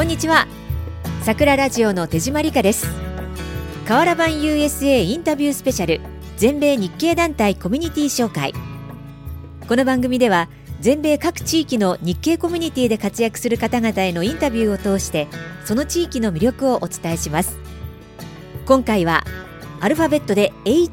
んにちは。桜ラジオの手島理香です。河原版 USA インタビュースペシャル全米日系団体コミュニティ紹介。この番組では全米各地域の日系コミュニティで活躍する方々へのインタビューを通してその地域の魅力をお伝えします。今回はアルファベットで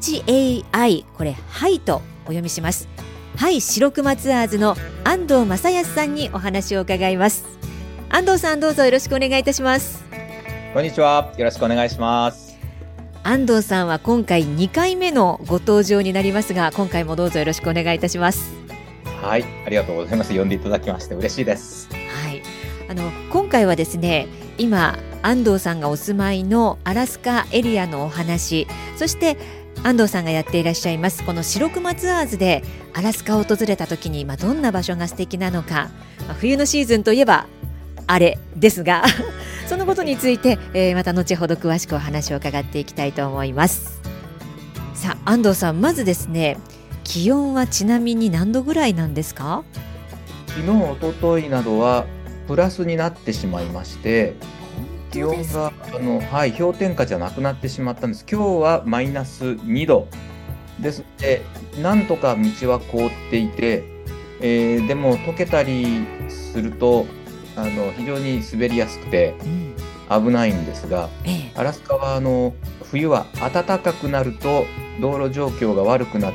HAI、 これハイとお読みします。ハイ白熊ツアーズの安藤正康さんにお話を伺います。安藤さん、どうぞよろしくお願いいたします。 こんにちは、よろしくお願いします。 安藤さんは今回2回目のご登場になりますが、今回もどうぞよろしくお願いいたします。 はい、ありがとうございます。呼んでいただきまして嬉しいです。 はい、今回はですね、今安藤さんがお住まいのアラスカエリアのお話、そして安藤さんがやっていらっしゃいますこの白熊ツアーズでアラスカを訪れた時に、どんな場所が素敵なのか、冬のシーズンといえばあれですがそのことについて、また後ほど詳しくお話を伺っていきたいと思います。さあ安藤さん、まずですね、気温はちなみに何度ぐらいなんですか？ 昨日、おとといなどはプラスになってしまいまして、気温が氷点下じゃなくなってしまったんです。今日はマイナス2度ですので、なんとか道は凍っていて、でも溶けたりすると非常に滑りやすくて危ないんですが、アラスカは冬は暖かくなると道路状況が悪くなって、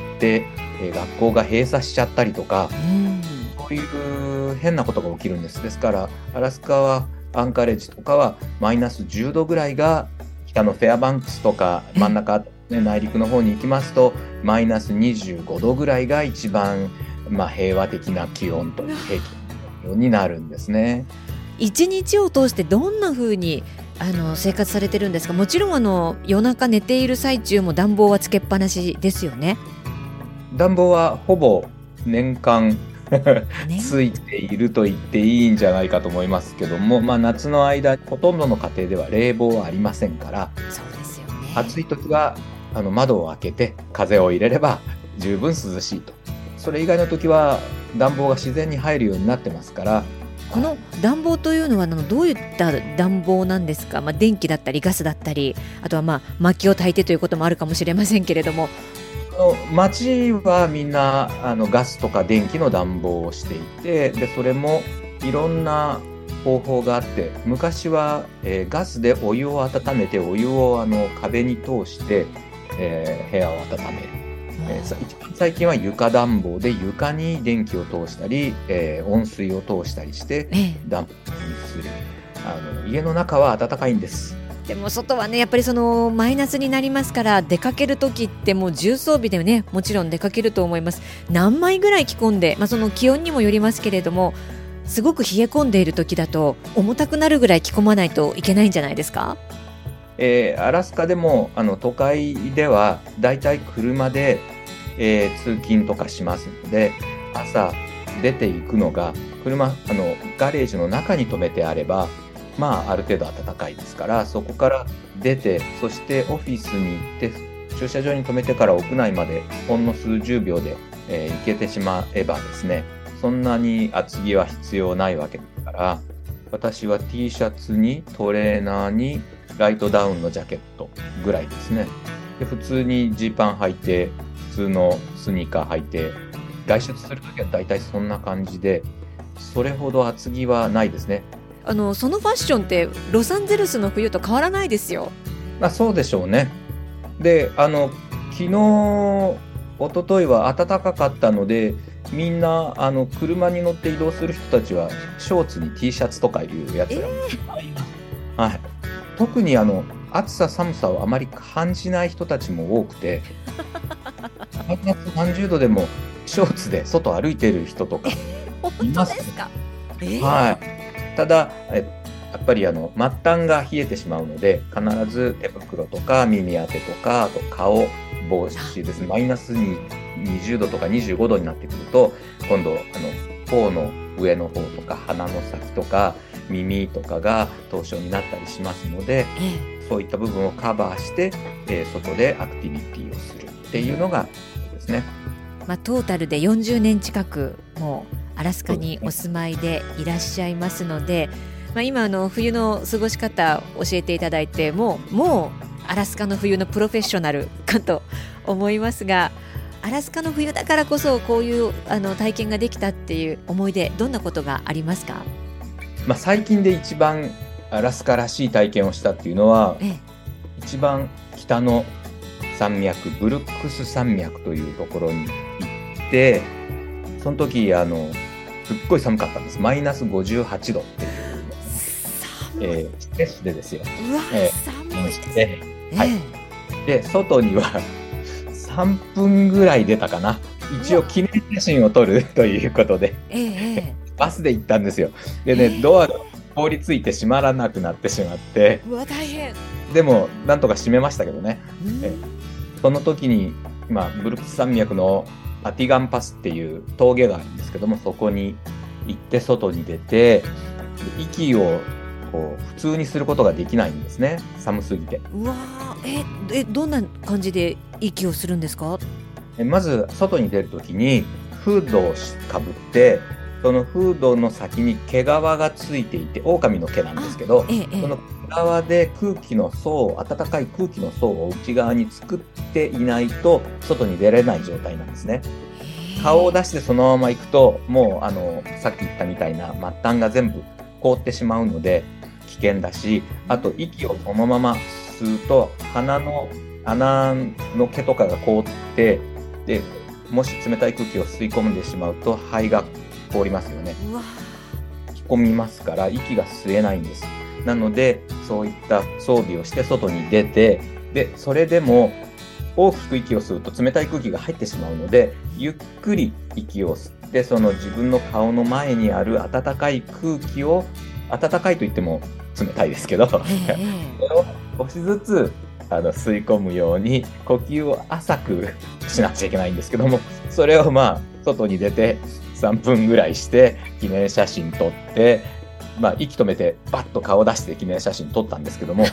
学校が閉鎖しちゃったりとか、そういう変なことが起きるんです。ですからアラスカはアンカレッジとかはマイナス10度ぐらいが、北のフェアバンクスとか真ん中、内陸の方に行きますとマイナス25度ぐらいが一番、平和的な気温という平均になるんですね。 一日を通してどんな風に生活されてるんですか？もちろん夜中寝ている最中も暖房はつけっぱなしですよね。 暖房はほぼ年間ついていると言っていいんじゃないかと思いますけども、夏の間ほとんどの家庭では冷房はありませんから、 そうですよね。 暑い時は窓を開けて風を入れれば十分涼しいと。それ以外の時は暖房が自然に入るようになってますから。 この暖房というのはどういった暖房なんですか？電気だったりガスだったり、あとは薪を焚いてということもあるかもしれませんけれども、 町はみんなガスとか電気の暖房をしていて、でそれもいろんな方法があって、昔は、ガスでお湯を温めて、お湯を壁に通して、部屋を温める。一番最近は床暖房で床に電気を通したり、温水を通したりして暖房にする。家の中は暖かいんです。 でも外はね、やっぱりマイナスになりますから、出かけるときってもう重装備でね、もちろん出かけると思います。何枚ぐらい着込んで、その気温にもよりますけれども、すごく冷え込んでいるときだと重たくなるぐらい着込まないといけないんじゃないですか？ アラスカでも都会ではだいたい車で、通勤とかしますので、朝出ていくのが車ガレージの中に止めてあれば、ある程度暖かいですから、そこから出て、そしてオフィスに行って駐車場に止めてから屋内までほんの数十秒で、行けてしまえばですね、そんなに厚着は必要ないわけですから、私は T シャツにトレーナーにライトダウンのジャケットぐらいですね。で普通にジーパン履いて、普通のスニーカー履いて外出するときはだいたいそんな感じで、それほど厚着はないですね。 そのファッションってロサンゼルスの冬と変わらないですよ。 そうでしょうね。で昨日おとといは暖かかったので、みんな車に乗って移動する人たちはショーツに T シャツとかいうやつがあります。特に暑さ寒さをあまり感じない人たちも多くてマイナス30度でもショーツで外歩いてる人とかいます。 本当ですか？ ただやっぱり末端が冷えてしまうので、必ず手袋とか耳当てとか、あと顔防止ですね。マイナスに20度とか25度になってくると、今度頬の上の方とか鼻の先とか耳とかが凍傷になったりしますので、そういった部分をカバーして、外でアクティビティをするっていうのがですね。 トータルで40年近くもうアラスカにお住まいでいらっしゃいますので、 今冬の過ごし方教えていただいてもうアラスカの冬のプロフェッショナルかと思いますが、アラスカの冬だからこそこういう体験ができたっていう思い出、どんなことがありますか？ 最近で一番アラスカらしい体験をしたっていうのは、一番北の山脈ブルックス山脈というところに行って、その時すっごい寒かったんです。マイナス58度っていう、ステッシでですよ。 うわ、寒いです。 はい。で外には3分ぐらい出たかな。一応記念写真を撮るということで、バスで行ったんですよ。でね、ドアが凍りついて閉まらなくなってしまって、 うわ大変。 でもなんとか閉めましたけどね。その時に今ブルックス山脈のアティガンパスっていう峠があるんですけども、そこに行って外に出て、息をこう普通にすることができないんですね、寒すぎて。 うわどんな感じで息をするんですか？ まず外に出る時にフードをかぶって、そのフードの先に毛皮がついていて、狼の毛なんですけど、その毛皮で空気の層、暖かい空気の層を内側に作っていないと外に出れない状態なんですね。顔を出してそのまま行くと、もうさっき言ったみたいな末端が全部凍ってしまうので危険だし、あと息をそのまま吸うと鼻の穴の毛とかが凍って、でもし冷たい空気を吸い込んでしまうと肺が凍りますよね。引き込みますから息が吸えないんです。なのでそういった装備をして外に出て、でそれでも大きく息を吸うと冷たい空気が入ってしまうので、ゆっくり息を吸って、その自分の顔の前にある暖かい空気を、暖かいといっても冷たいですけど、それを少しずつ吸い込むように呼吸を浅くしなくちゃいけないんですけども、それを外に出て3分ぐらいして記念写真撮って、息止めてバッと顔出して記念写真撮ったんですけども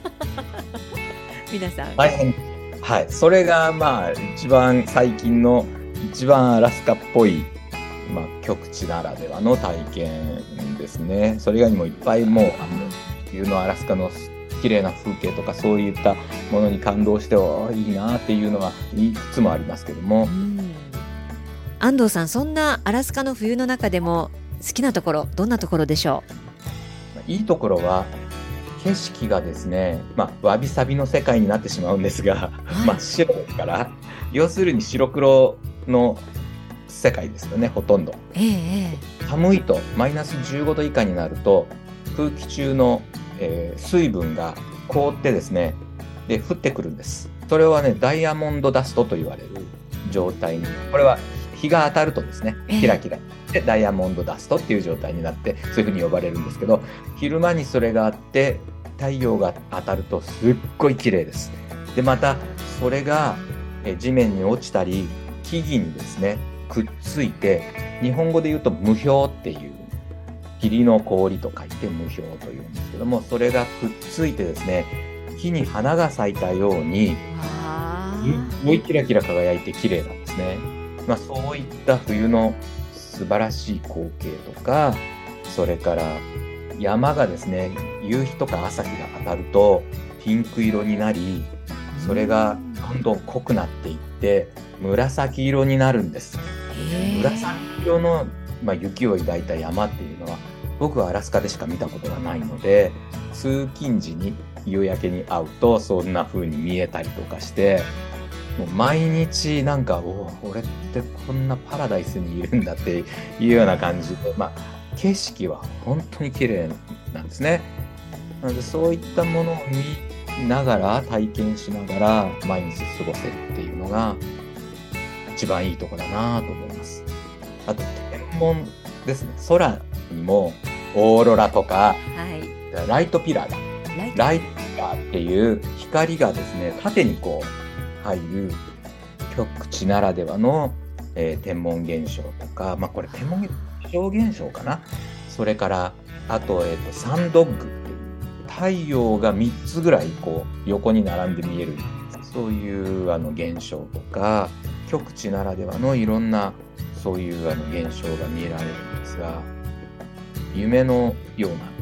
皆さん大変、それが一番最近の一番アラスカっぽい、極地ならではの体験ですね。それ以外にもいっぱいもう冬のアラスカの綺麗な風景とかそういったものに感動していいなっていうのはいくつもありますけども、 安藤さん、そんなアラスカの冬の中でも好きなところ、どんなところでしょう？いいところは景色がですね、わびさびの世界になってしまうんですが、真っ白ですから、要するに白黒の世界ですよね、ほとんど。寒いとマイナス15度以下になると空気中の、水分が凍ってですね、で降ってくるんです。それはね、ダイヤモンドダストと言われる状態に、これは日が当たるとですね、キラキラでダイヤモンドダストっていう状態になって、そういう風に呼ばれるんですけど、昼間にそれがあって太陽が当たるとすっごい綺麗です。でまたそれが地面に落ちたり木々にですねくっついて、日本語で言うと霧氷っていう、霧の氷と書いて霧氷というんですけども、それがくっついてですね、木に花が咲いたようにすごいキラキラ輝いて綺麗なんですね。そういった冬の素晴らしい光景とか、それから山がですね、夕日とか朝日が当たるとピンク色になり、それがどんどん濃くなっていって紫色になるんです。紫色の、雪を抱いた山っていうのは僕はアラスカでしか見たことがないので、通勤時に夕焼けに会うとそんな風に見えたりとかして、もう毎日俺ってこんなパラダイスにいるんだっていうような感じで、景色は本当に綺麗なんですね。なのでそういったものを見ながら体験しながら毎日過ごせるっていうのが一番いいところだなと思います。あと天文ですね。空にもオーロラとか、ライトピラーライトピラーっていう光がですね、縦にこう入る極地ならではの、天文現象とか、これ天文現象かな。それからあと、サンドッグっていう太陽が3つぐらいこう横に並んで見える、そういう現象とか、極地ならではのいろんなそういう現象が見られるんですが、夢のような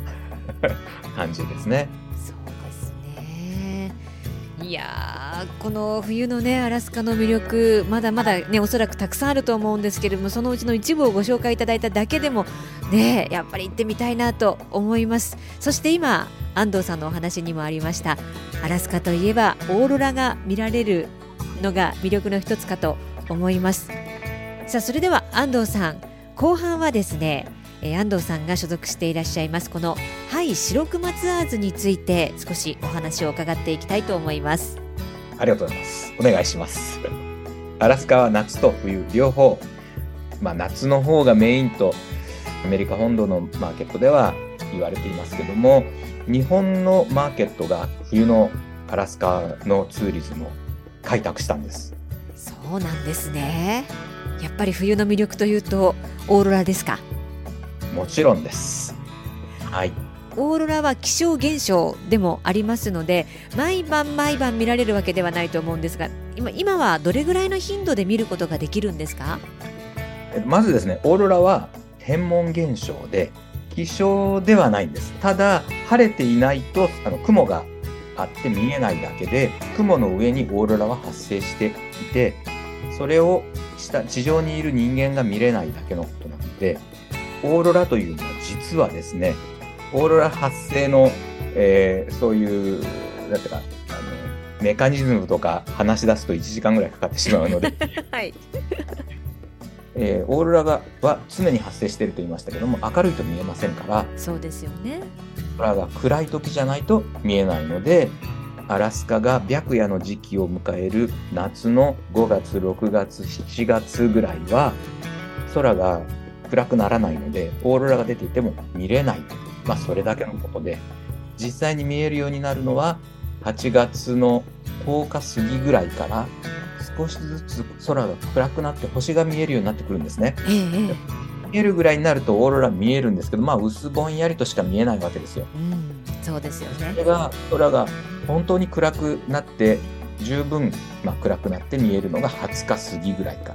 感じですね。 そうですね。いやー、この冬のねアラスカの魅力まだまだねおそらくたくさんあると思うんですけれども、そのうちの一部をご紹介いただいただけでもねやっぱり行ってみたいなと思います。そして今安藤さんのお話にもありましたアラスカといえばオーロラが見られるのが魅力の一つかと思います。さあそれでは安藤さん、後半はですね、安藤さんが所属していらっしゃいますこのはい白熊ツアーズについて少しお話を伺っていきたいと思います。 ありがとうございます。お願いします。アラスカは夏と冬両方、夏の方がメインとアメリカ本土のマーケットでは言われていますけども、日本のマーケットが冬のアラスカのツーリズムを開拓したんです。 そうなんですね。やっぱり冬の魅力というとオーロラですか？ もちろんです。はい。 オーロラは気象現象でもありますので毎晩見られるわけではないと思うんですが、今はどれぐらいの頻度で見ることができるんですか？ まずですね、オーロラは天文現象で気象ではないんです。ただ晴れていないと雲があって見えないだけで、雲の上にオーロラは発生していて、それを地上にいる人間が見れないだけのことなので、オーロラというのは実はですね、オーロラ発生の、そういうなんていうかメカニズムとか話し出すと1時間ぐらいかかってしまうので、 はいオーロラは常に発生していると言いましたけども、明るいと見えませんから、 そうですよね。 オーロラが暗い時じゃないと見えないので、アラスカが白夜の時期を迎える夏の5月、6月、7月ぐらいは空が暗くならないので、オーロラが出ていても見れない。それだけのことで、実際に見えるようになるのは8月の10日過ぎぐらいから少しずつ空が暗くなって星が見えるようになってくるんですね。見えるぐらいになるとオーロラ見えるんですけど、薄ぼんやりとしか見えないわけですよ。 そうですよね。 それが空が本当に暗くなって十分、暗くなって見えるのが20日過ぎぐらいから。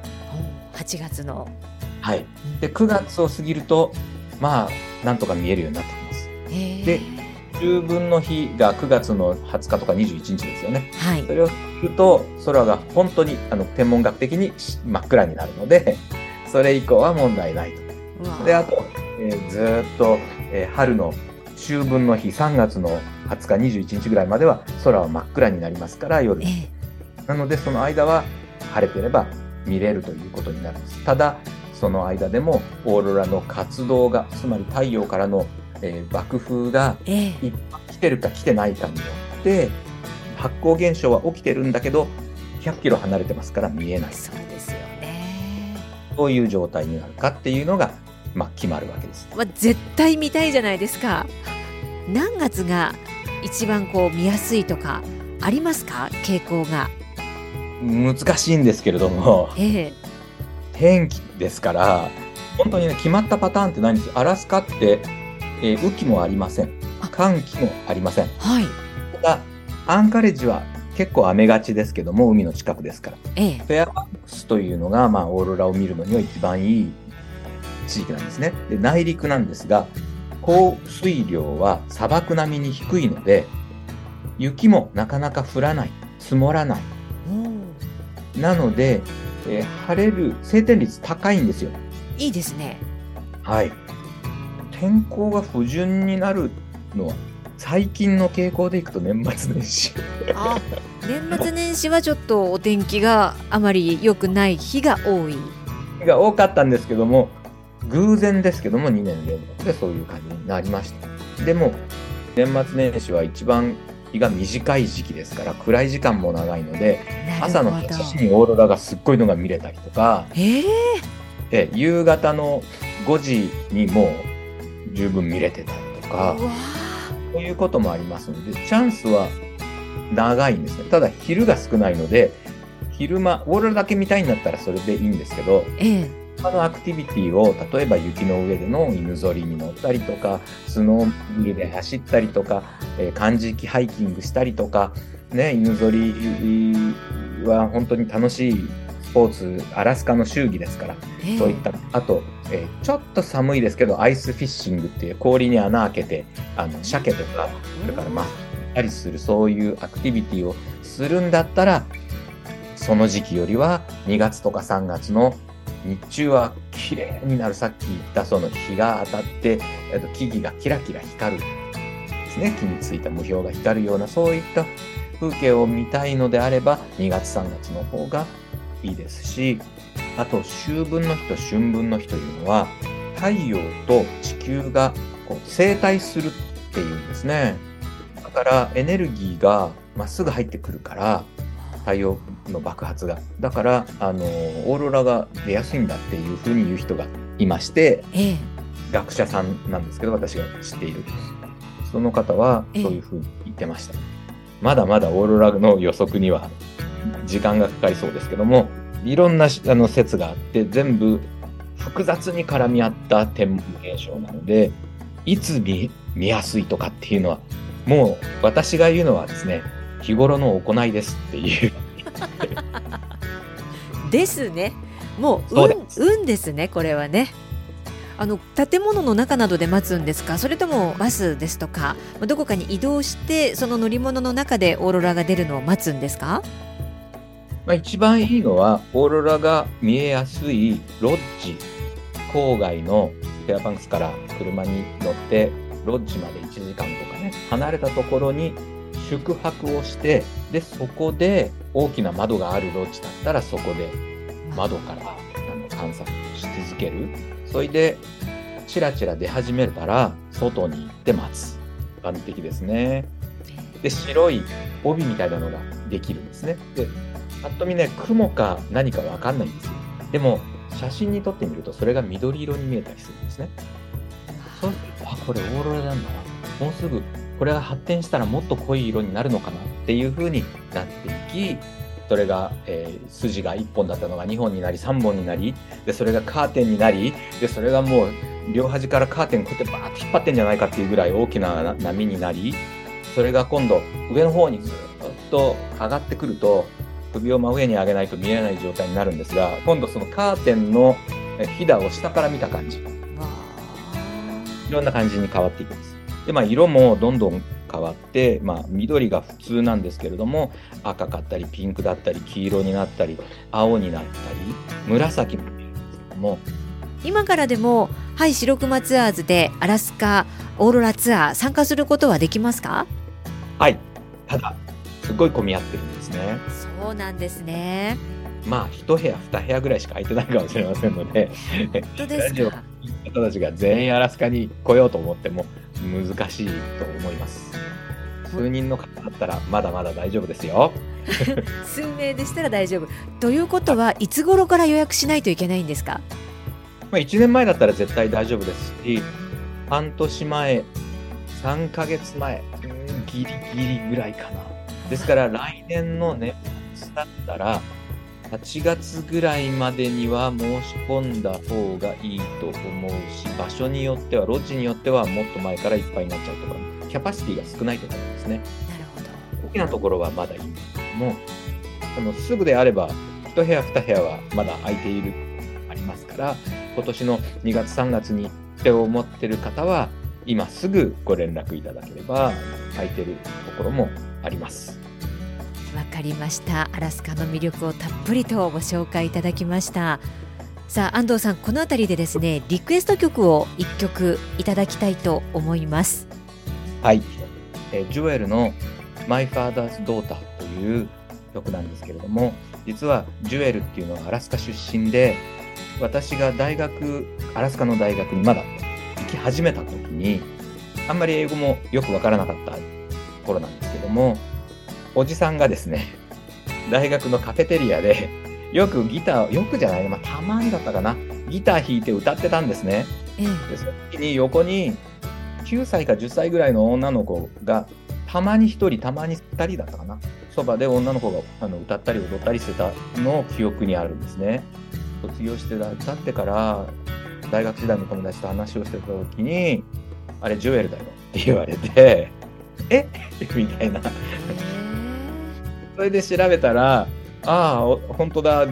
8月の。 はい。で、9月を過ぎると、なんとか見えるようになってきます。で、秋分の日が9月の20日とか21日ですよね。 はい。 それをすると、空が本当に天文学的に真っ暗になるので、それ以降は問題ないと。で、あと、ずっと、春の秋分の日、3月の20日、21日ぐらいまでは空は真っ暗になりますから、夜。なので、その間は晴れてれば見れるということになるんです。ただ、その間でもオーロラの活動が、つまり太陽からの、爆風が来てるか来てないかによって発光現象は起きてるんだけど100キロ離れてますから見えない。 そうですよね。 どういう状態になるかっていうのが、決まるわけです。 絶対見たいじゃないですか。何月が一番見やすいとかありますか？傾向が。 難しいんですけれども、天気ですから本当にね、決まったパターンってないんですよ。アラスカって雨季もありません。寒季もありません。 はい。 ただアンカレッジは結構雨がちですけども、海の近くですから、フェアバンクスというのが、オーロラを見るのには一番いい地域なんですね。で、内陸なんですが、降水量は砂漠並みに低いので、雪もなかなか降らない、積もらない。なので、晴れる晴天率高いんですよ。 いいですね。 はい。天候が不順になるのは最近の傾向でいくと年末年始年末年始はちょっとお天気があまり良くない日が多かったんですけども、偶然ですけども2年連続でそういう感じになりました。でも年末年始は一番日が短い時期ですから、暗い時間も長いので、朝の8時にオーロラがすっごいのが見れたりとか、夕方の5時にもう十分見れてたりとか、そういうこともありますので、チャンスは長いんですね。ただ昼が少ないので、昼間オーロラだけ見たいんだったらそれでいいんですけど、他のアクティビティを、例えば雪の上での犬ぞりに乗ったりとか、スノーモービルで走ったりとか、かんじきハイキングしたりとか、犬ぞりは本当に楽しいポーツ、アラスカの秋季ですから、そういった、あと、ちょっと寒いですけど、アイスフィッシングっていう氷に穴開けて、鮭とか、それからたりする、そういうアクティビティをするんだったら、その時期よりは2月とか3月の日中は綺麗になる、さっき言ったその日が当たって木々がキラキラ光るですね、木についた霧氷が光るような、そういった風景を見たいのであれば2月3月の方がいいですし、あと秋分の日と春分の日というのは太陽と地球がこう整体するっていうんですね。だからエネルギーがまっすぐ入ってくるから、太陽の爆発が、だからオーロラが出やすいんだっていうふうに言う人がいまして、学者さんなんですけど、私が知っているその方はそういうふうに言ってました。まだまだオーロラの予測には時間がかかりそうですけども、いろんな説があって全部複雑に絡み合った天文現象なので、いつ見やすいとかっていうのはもう私が言うのはですね、日頃の行いですっていうですね。もう運ですね、これはね。建物の中などで待つんですか、それともバスですとかどこかに移動してその乗り物の中でオーロラが出るのを待つんですか？ 一番いいのはオーロラが見えやすいロッジ、郊外のフェアバンクスから車に乗ってロッジまで1時間とかね、離れたところに宿泊をして、でそこで大きな窓があるロッジだったらそこで窓から観察し続ける。それでチラチラ出始めたら外に行って待つ。一般的ですね。で白い帯みたいなのができるんですね。でぱっと見ね、雲か何かわかんないんですよ。でも写真に撮ってみるとそれが緑色に見えたりするんですね。そうすると、これオーロラなんだな、もうすぐこれが発展したらもっと濃い色になるのかなっていう風になっていき、それが、筋が1本だったのが2本になり3本になり、でそれがカーテンになり、でそれがもう両端からカーテンこうやってバーッと引っ張ってんじゃないかっていうぐらい大きな波になり、それが今度上の方にずっと上がってくると、首を真上に上げないと見えない状態になるんですが、今度そのカーテンのひだを下から見た感じ、いろんな感じに変わっていくんです。で色もどんどん変わって、緑が普通なんですけれども、赤かったりピンクだったり黄色になったり青になったり紫も見えるんですけども、 今からでも白熊ツアーズでアラスカオーロラツアー参加することはできますか？ はい、ただすごい混み合ってるんですね。 そうなんですね。 1部屋2部屋ぐらいしか空いてないかもしれませんので、 本当ですか。 方たちが全員アラスカに来ようと思っても難しいと思います。数人の方だったらまだまだ大丈夫ですよ。 数名でしたら大丈夫ということは、いつ頃から予約しないといけないんですか ？1年前だったら絶対大丈夫ですし、半年前、3ヶ月前、ギリギリぐらいかな。ですから来年の年末だったら8月ぐらいまでには申し込んだ方がいいと思うし、場所によってはロッジによってはもっと前からいっぱいになっちゃうとか、キャパシティが少ないところですね。 なるほど。 大きなところはまだいいんですけども、すぐであれば1部屋2部屋はまだ空いているありますから、今年の2月3月にって思ってる方は今すぐご連絡いただければ空いてるところもあります。 わかりました。アラスカの魅力をたっぷりとご紹介いただきました。さあ安藤さん、このあたりでですね、リクエスト曲を1曲いただきたいと思います。 はい、ジュエルの My Father's Daughter という曲なんですけれども、実はジュエルっていうのはアラスカ出身で、私がアラスカの大学にまだ行き始めた時にあんまり英語もよくわからなかった頃なんですけども、おじさんがですね、大学のカフェテリアでよくギター、よくじゃないな、たまにだったかな、ギター弾いて歌ってたんですね。でその時に横に9歳か10歳ぐらいの女の子がたまに1人たまに2人だったかな、そばで女の子が歌ったり踊ったりしてたのを記憶にあるんですね。卒業して歌ってから大学時代の友達と話をしてた時に、あれジュエルだよって言われてえみたいなそれで調べたら、本当だ、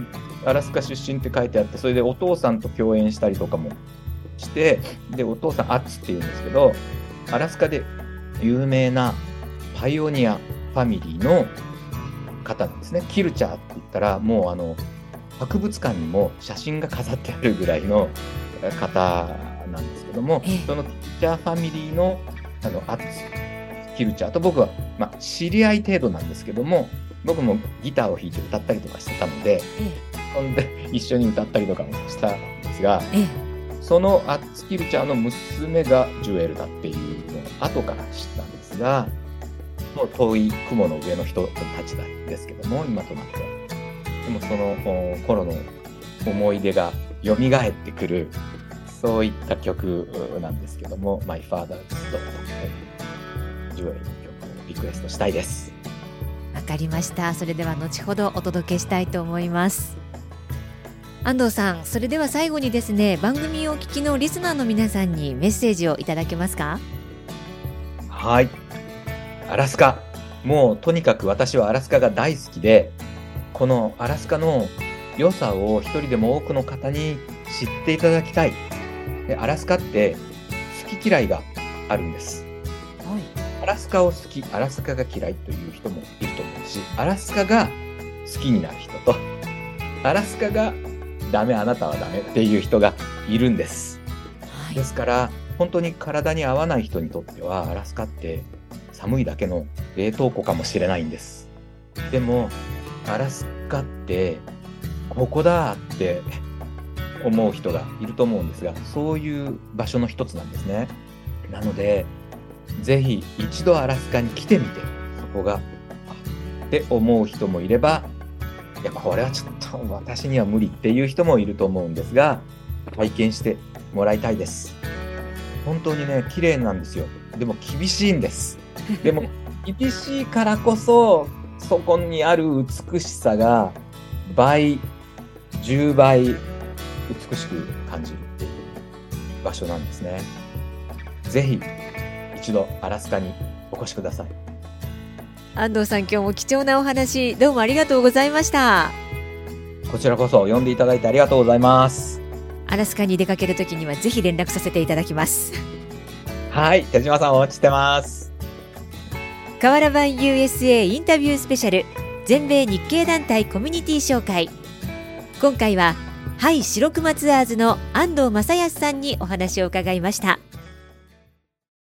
アラスカ出身って書いてあって、それでお父さんと共演したりとかもして、でお父さんアッツっていうんですけど、アラスカで有名なパイオニアファミリーの方なんですね。キルチャーって言ったらもう博物館にも写真が飾ってあるぐらいの方なんですけども、そのキルチャーファミリーのアッツキルチャーと僕は、知り合い程度なんですけども、僕もギターを弾いて歌ったりとかしてたので、そんで一緒に歌ったりとかもしたんですが、そのアッツキルチャーの娘がジュエルだっていうのを後から知ったんですが、もう遠い雲の上の人たちなんですけども、今となっては。でもその頃の思い出が蘇ってくる、そういった曲なんですけども、My Father's Daughter、ジュエルの曲をリクエストしたいです。 わかりました。それでは後ほどお届けしたいと思います。安藤さん、それでは最後にですね、番組をお聞きのリスナーの皆さんにメッセージをいただけますか？ はい。アラスカ。もうとにかく私はアラスカが大好きで、このアラスカの良さを一人でも多くの方に知っていただきたい。で、アラスカって好き嫌いがあるんです。 はい。 アラスカを好き、アラスカが嫌いという人もいると思うし、アラスカが好きになる人と、アラスカがダメ、あなたはダメっていう人がいるんです。 はい。 ですから本当に体に合わない人にとってはアラスカって寒いだけの冷凍庫かもしれないんです。でもアラスカってここだって思う人がいると思うんですが、そういう場所の一つなんですね。なのでぜひ一度アラスカに来てみて、そこがって思う人もいれば、いやこれはちょっと私には無理っていう人もいると思うんですが、体験してもらいたいです。本当にね、綺麗なんですよ。でも厳しいんです。でも厳しいからこそそこにある美しさが倍、10倍美しく感じるっていう場所なんですね。ぜひ一度アラスカにお越しください。 安藤さん、今日も貴重なお話どうもありがとうございました。 こちらこそ呼んでいただいてありがとうございます。 アラスカに出かけるときにはぜひ連絡させていただきます。 はい、手島さんお待ちしてます。 河原版 USA インタビュースペシャル、全米日系団体コミュニティ紹介。今回はハイ白熊ツアーズの安藤正康さんにお話を伺いました。